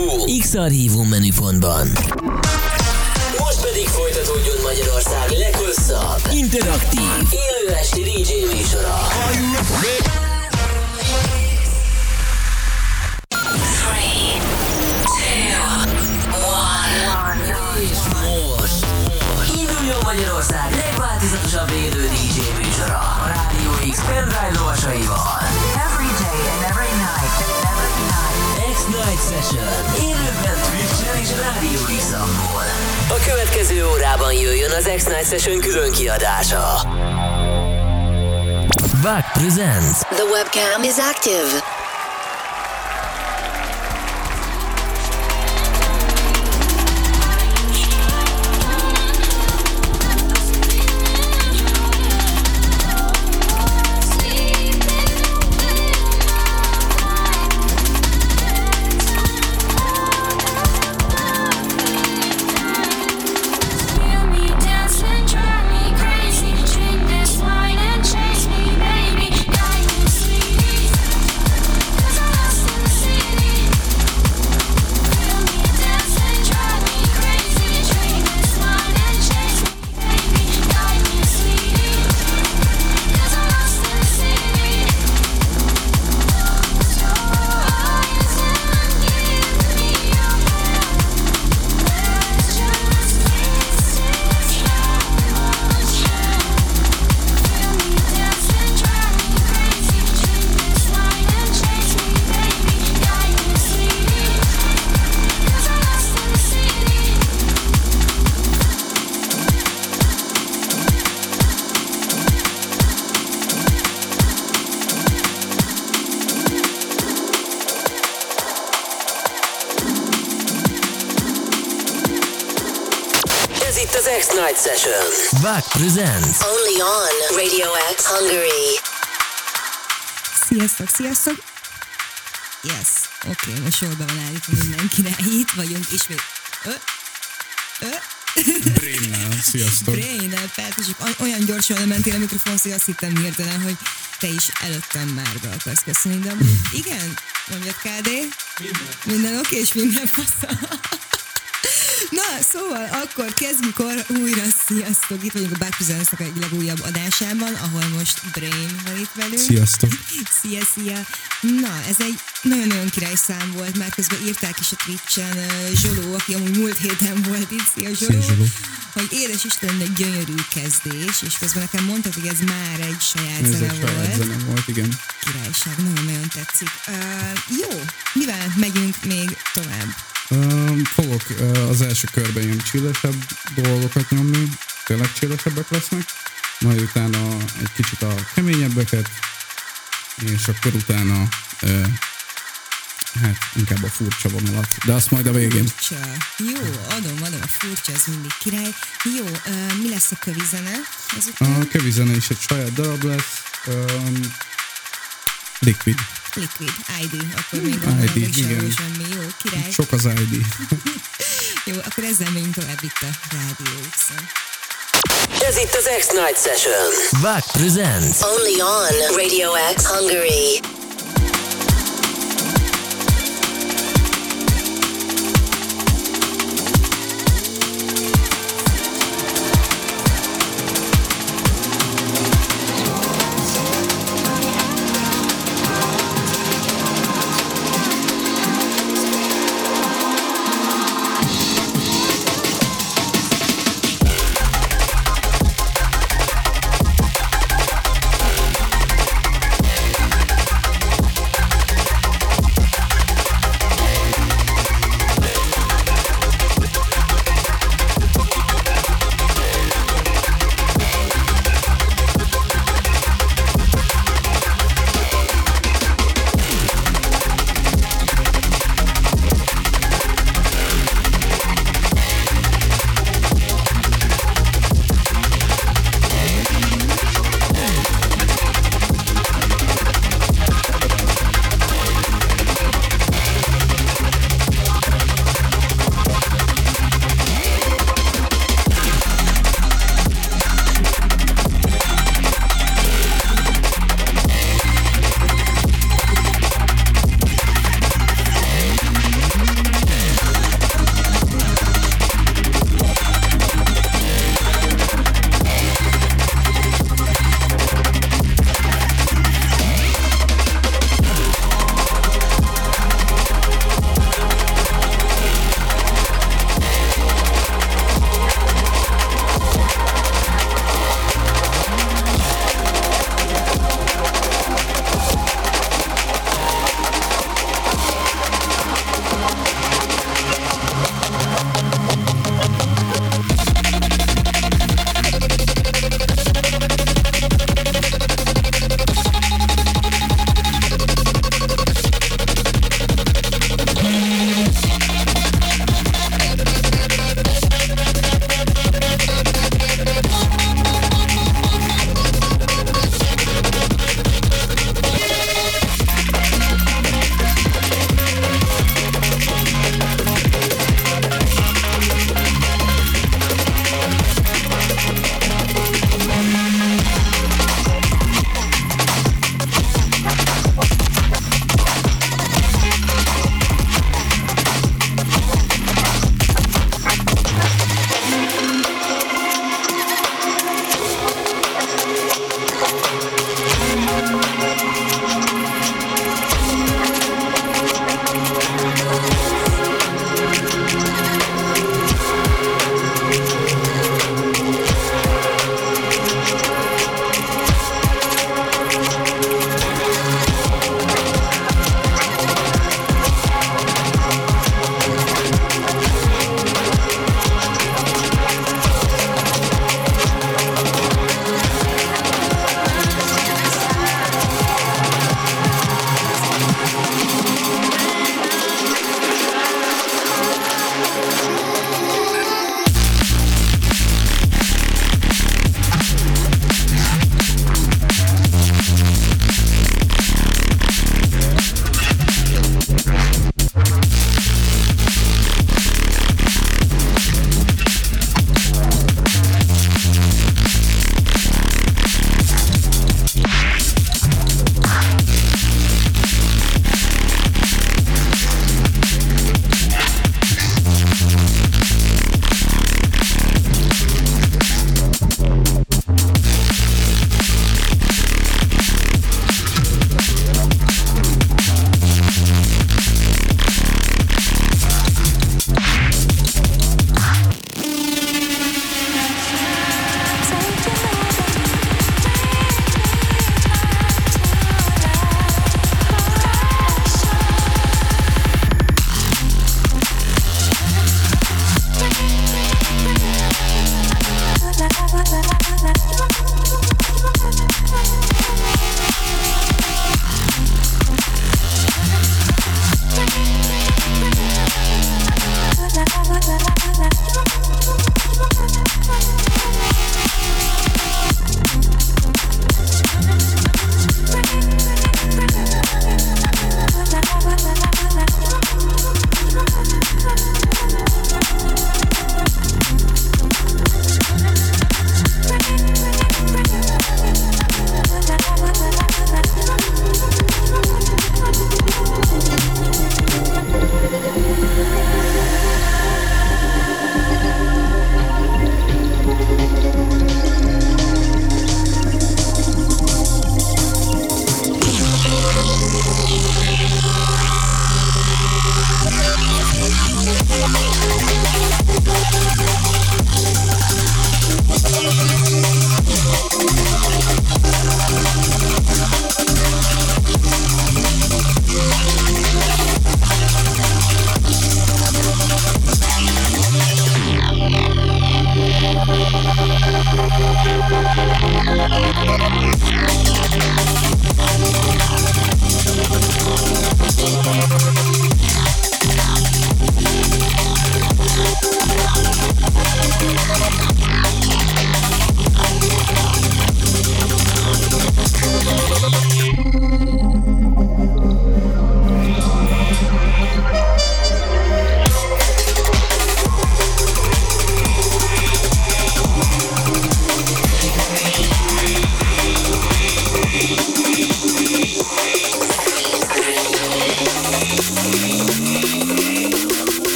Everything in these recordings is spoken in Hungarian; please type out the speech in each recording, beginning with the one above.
X-Archívum. X-Archívum menüpontban. Most pedig folytatódjon Magyarország leghosszabb, interaktív, élő esti DJ műsora. Magyarország legváltozatosabb élő DJ műsora a Rádió X pendrive lovasaival. Every day and every night. X-Night Session. Élőben Twitch-en és Rádió X-amból. A következő órában jöjjön az X-Night Session külön kiadása. VAK presents. The webcam is active. X-Night Session. VAK presents. Only on Radio X Hungary. Sziasztok! Yes, oké, most sorban van állítva mindenkire. Itt vagyunk ismét. Brainnel, sziasztok! Brainnel, persze, csak olyan gyorsan mentél a mikrofonhoz, hogy azt hittem hirtelen, hogy te is előttem már be akarsz köszönni, de amúgy igen, mondjad KD? Minden oké, és minden faszal. Na, szóval akkor kezdjük újra, sziasztok! Itt vagyunk a VAK Presents-nek egy legújabb adásában, ahol most Brain van itt velünk. Sziasztok! Szia! Na, ez egy nagyon-nagyon király szám volt, már közben írták is a Twitch-en Zsoló, aki amúgy múlt héten volt itt, szia Zsoló, hogy édes Isten, egy gyönyörű kezdés, és közben nekem mondtad, hogy ez már egy saját zene volt. Ez egy zene volt, igen. Királyság, nagyon-nagyon tetszik. Jó, mivel megyünk még tovább? Fogok az első körben ilyen chillesebb dolgokat nyomni, tényleg chillesebbek lesznek, majd utána egy kicsit a keményebbeket, és akkor utána hát inkább a furcsa vonalat, de azt majd a végén. Furcsa. Jó, adom, a furcsa, ez mindig király. Jó, mi lesz a kövi zene ezután? A kövi zene is egy saját darab lesz, Liquid, ID, akkor még van ID, igen. Semmi. Jó, király. Sok az ID. Jó, akkor ezzel megyünk tovább itt a Rádió X-en. Ez itt az X-Night Session. VAK presents. Only on Radio X Hungary.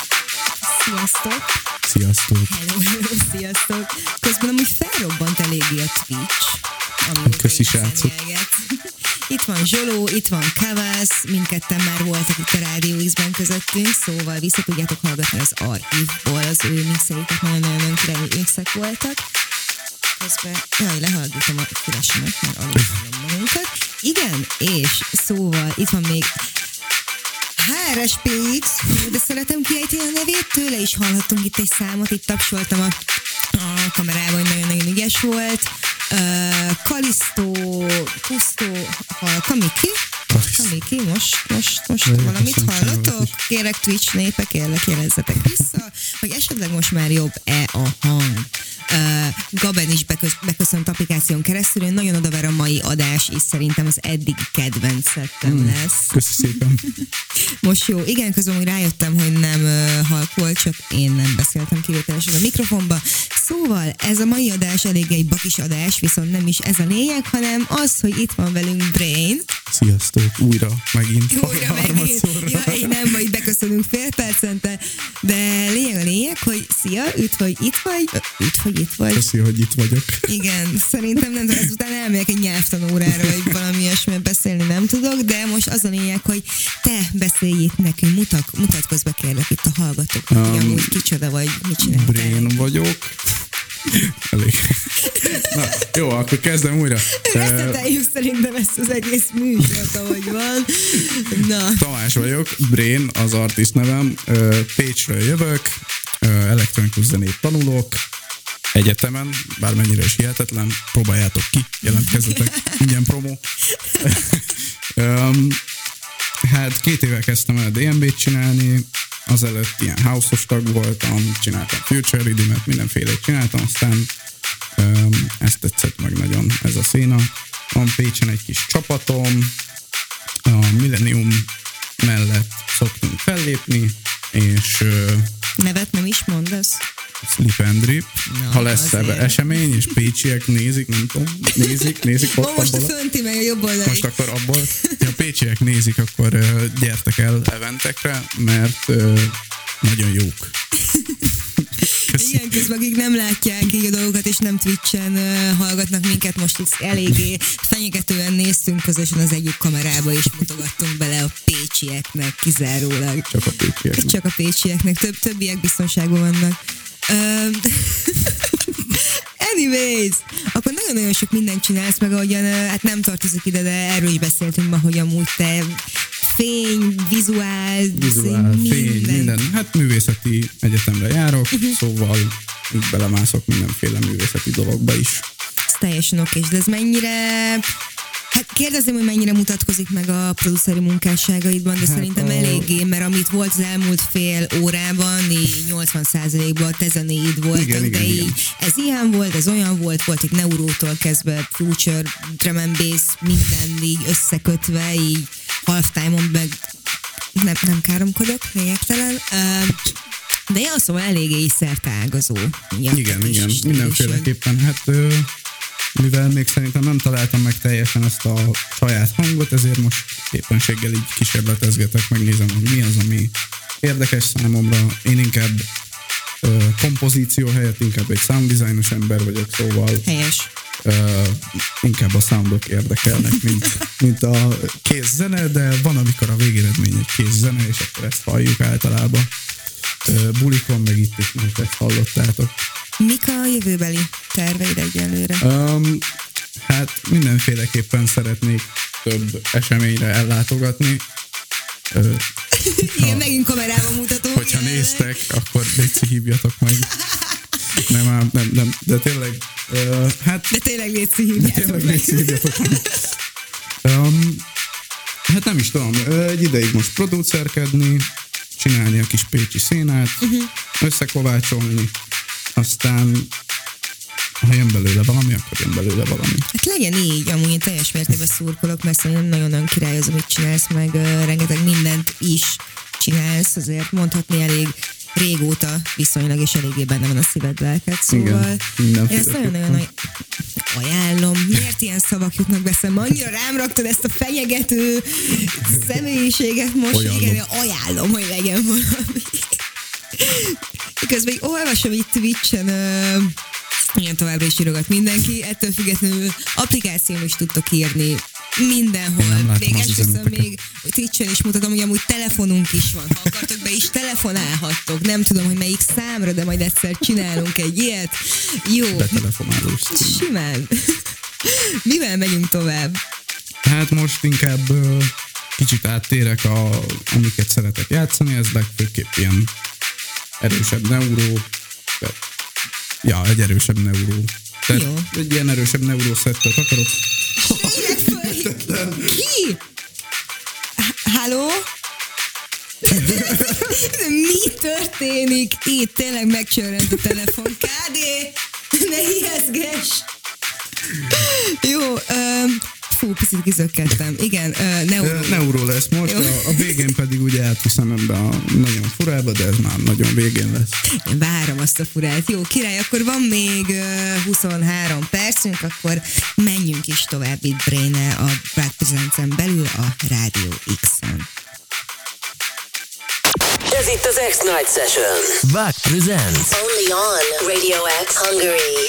Sziasztok! Sziasztok! Hello, sziasztok! Közben amúgy felrobbant eléggé a Twitch. Köszi, srácok! Itt van Zsoló, itt van Kavász, mindketten már voltak itt a Rádió X-ben közöttünk, szóval vissza tudjátok hallgatni az archívból az ő mixeiket, nagyon-nagyon király mixek voltak. Közben, lehalgítom a fülesemet, mert alig hallom magunkat. Igen, és szóval itt van még HRSPX, de szeretem kiejteni a nevét, tőle is hallhattunk itt egy számot, itt tapsoltam a kamerában, hogy nagyon-nagyon ügyes volt. Kalisztó, Kusztó, Kamiki, most valamit hallatok? Kérlek Twitch népe, kérlek jelezzetek vissza, hogy esetleg most már jobb-e a hang. Gaben is beköszönt applikáción keresztül, én nagyon odaver a mai adás, és szerintem az eddigi kedvencetem lesz. Köszi szépen. Most jó, igen, közben úgy rájöttem, hogy nem halk volt, csak én nem beszéltem kivételesen a mikrofonba. Szóval ez a mai adás elég egy bakis adás, viszont nem is ez a lényeg, hanem az, hogy itt van velünk Brain. Sziasztok, újra megint. Jaj, nem, majd beköszönünk fél percente, de lényeg, hogy szia, üdv, hogy itt vagy. Köszi, hogy itt vagyok. Igen, szerintem nem tudom, ezután elmegyek egy nyelvtanórára, vagy valami ilyesmivel beszélni nem tudok, de most az a lényeg, hogy te beszélj itt nekünk, mutatkozz be kérlek itt a hallgatók, hogy amúgy kicsoda vagy, mit csináltál. Brain vagyok. Elég. Na, jó, akkor kezdem újra. Reszeteljük szerintem ezt az egész műsort, ahogy van. Na. Tamás vagyok, Brain az artist nevem, Pécsről jövök, elektronikus zenét tanulok, egyetemen, bármennyire is hihetetlen, próbáljátok ki, jelentkezzetek, ingyen promo. Hát 2 éve kezdtem el DNB-t csinálni, azelőtt ilyen house-os tag voltam, csináltam Future Rhythm-et, mindenfélét csináltam, aztán ezt tetszett meg nagyon ez a széna. Van Pécsen egy kis csapatom, a Millennium mellett szoktunk fellépni, és... Nevet nem is mondasz? Sleep and Drip. Ha lesz ebbe esemény, és pécsiek nézik, nem tudom, nézik. Most a fönti meg a jobb oldali. Most akkor abból, ha a pécsiek nézik, akkor gyertek el eventekre, mert nagyon jók. Igen, közben akik nem látják így a dolgokat, és nem Twitchen hallgatnak minket, most itt eléggé fenyegetően néztünk közösen az egyik kamerába, és mutogattunk bele a pécsieknek kizárólag. Csak a pécsieknek. Többiek biztonságban vannak. Anyways, akkor nagyon-nagyon sok mindent csinálsz, meg ahogyan, hát nem tartozik ide, de erről is beszéltünk ma, hogy amúgy te fény, vizuál, minden. Hát művészeti egyetemre járok, szóval így belemászok mindenféle művészeti dologba is. Ez teljesen okés, de ez mennyire... Hát kérdezem, hogy mennyire mutatkozik meg a produceri munkásságaidban, de szerintem eléggé, mert amit volt az elmúlt fél órában, 80%-ban te zenéid voltak, igen. Ez ilyen volt, ez olyan volt itt Neurótól kezdve, Future, Drum and Bass, minden így összekötve, így halftime-on meg nem káromkodok, lényegtelen. De én azt mondom, eléggé szerteágazó. Igen, mindenféleképpen. Hát mivel még szerintem nem találtam meg teljesen ezt a saját hangot, ezért most éppenséggel így kísérletezgetek, megnézem, hogy mi az, ami érdekes számomra. Én inkább kompozíció helyett inkább egy sound designos ember vagyok, szóval helyes. Inkább a soundok érdekelnek, mint a kézzene, de van, amikor a végeredmény egy kézzene, és akkor ezt halljuk általában. Bulikon, meg itt is most ezt hallottátok. Mik a jövőbeli terveid egyelőre? Hát mindenféleképpen szeretnék több eseményre ellátogatni. Igen, megint kamerában mutatom. Hogyha néztek, akkor légy hívjatok meg. Nem, de tényleg... De tényleg légy hívjatok meg. Hát nem is tudom, egy ideig most producerkedni, csinálni a kis pécsi szénát, összekovácsolni, aztán ha jön belőle valami, akkor jön belőle valami. Hát legyen így, amúgy én teljes mértékben szurkolok, mert szerintem nagyon-nagyon király az, amit csinálsz, meg rengeteg mindent is csinálsz, azért mondhatni elég régóta viszonylag, és eléggé benne van a szíved, lelked, szóval igen, én ezt nagyon-nagyon ajánlom. Miért ilyen szavak jutnak beszélni? Annyira rám raktad ezt a fenyegető személyiséget most, igen, ajánlom, hogy legyen valami. Közben így olvasom itt Twitch-en, ilyen továbbra is írogat mindenki, ettől függetlenül applikáción is tudtok írni mindenhol. Még esküszöm, még Twitch-en is mutatom, hogy amúgy telefonunk is van. Ha akartok, be is telefonálhattok. Nem tudom, hogy melyik számra, de majd egyszer csinálunk egy ilyet. Jó. Betelefonálós. Simán. Mivel megyünk tovább? Hát most inkább kicsit áttérek amiket szeretek játszani, ez legfőképp ilyen erősebb neuró. Ja, egy erősebb neuró. Tehát jó. Egy ilyen erősebb neuró-szettet akarok. Ki? Halló? Mi történik? Itt tényleg megcsörrent a telefon. KD, ne ijeszgess! Jó, fú, picit kizökkentem. Igen, neuró lesz most, a végén pedig ugye átviszem ebbe a nagyon furába, de ez már nagyon végén lesz. Én várom azt a furát. Jó, király, akkor van még 23 percünk, akkor menjünk is tovább itt Brain-el a Black Presence-en belül a Rádió X-en. Ez itt az X-Night Session. Black Presents. Only on Radio X Hungary.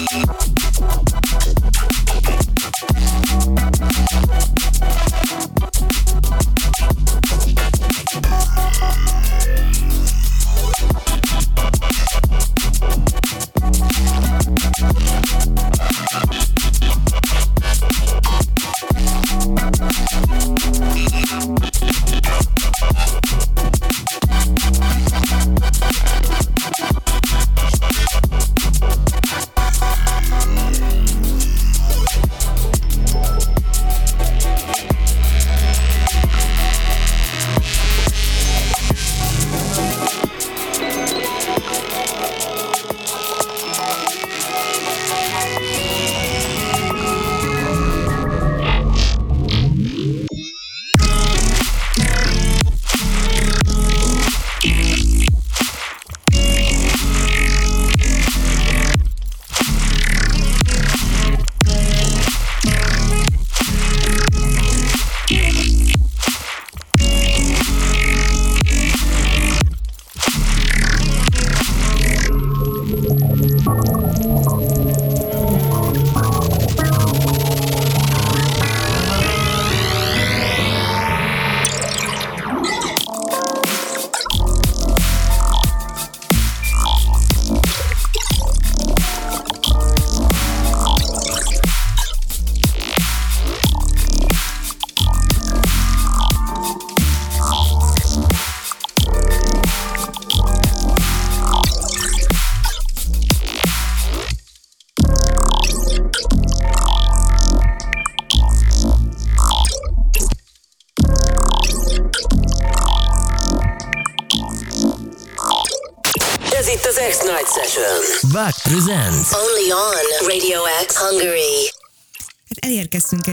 X-Night Session. Back presents. Only on Radio X Hungary. Hát elérkeztünk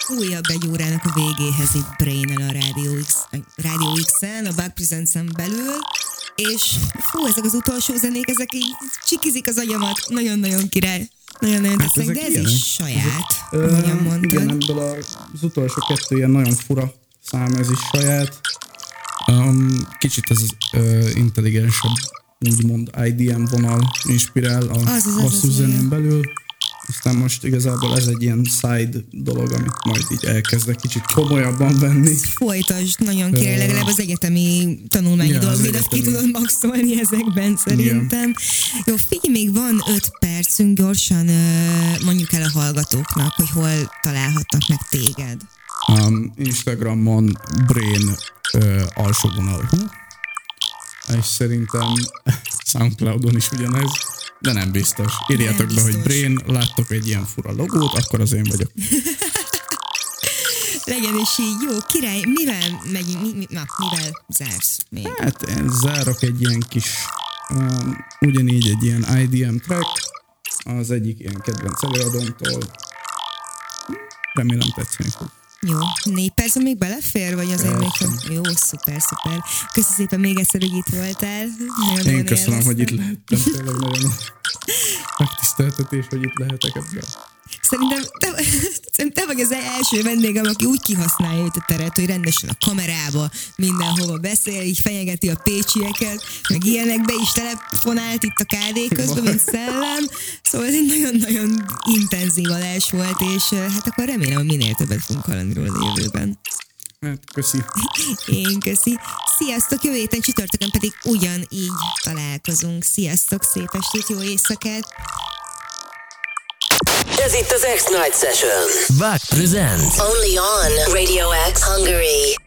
egy órának a végéhez itt Brain-el a Radio X-en, a Back Presents-en belül, és ezek az utolsó zenék, ezek így csikizik az agyamat, nagyon-nagyon király. Nagyon-nagyon tesznek, de ez is saját, ahogyan mondtad. Igen, ebből az utolsó kettő ilyen nagyon fura szám, ez is saját. Kicsit ez intelligensebb, úgymond IDM vonal inspirál a basszuszenén belül. Aztán most igazából ez egy ilyen side dolog, amit majd így elkezdek kicsit komolyabban venni. Folytasd, nagyon király, legalább az egyetemi tanulmányi dolgodat ki tudod maxolni ezekben szerintem. Igen. Jó, figyelj, még van 5 percünk, gyorsan mondjuk el a hallgatóknak, hogy hol találhatnak meg téged. Instagramon Brain alsóvonal. És szerintem Soundcloudon is ugyanez, de nem biztos. Írjátok be, hogy Brain, láttok egy ilyen fura logót, akkor az én vagyok. Legyen is így, jó, király, mivel zársz még? Hát én zárok egy ilyen kis, ugyanígy egy ilyen IDM track, az egyik ilyen kedvenc előadómtól. Remélem tetszeni fog. Jó, 4 percen még belefér, vagy azért még... Jó, szuper. Köszönöm szépen még egyszer, hogy itt voltál. Én köszönöm, hogy itt lehettem. Tényleg nagyon megtiszteltetés, hogy itt lehetek ebben. Szerintem te vagy az első vendégem, aki úgy kihasználja itt a teret, hogy rendesen a kamerába mindenhova beszél, így fenyegeti a pécsieket, meg ilyenekbe is telefonált itt a KD közben, mint szellem. Szóval ez egy nagyon-nagyon intenzív adás volt, és hát akkor remélem, hogy minél többet fogunk hallani róla a jövőben. Hát, köszi. Én köszi. Sziasztok, jövő héten csütörtökön pedig ugyanígy találkozunk. Sziasztok, szép estét, jó éjszakát! Ez itt az X-Night Session. Back presents. Only on Radio X Hungary.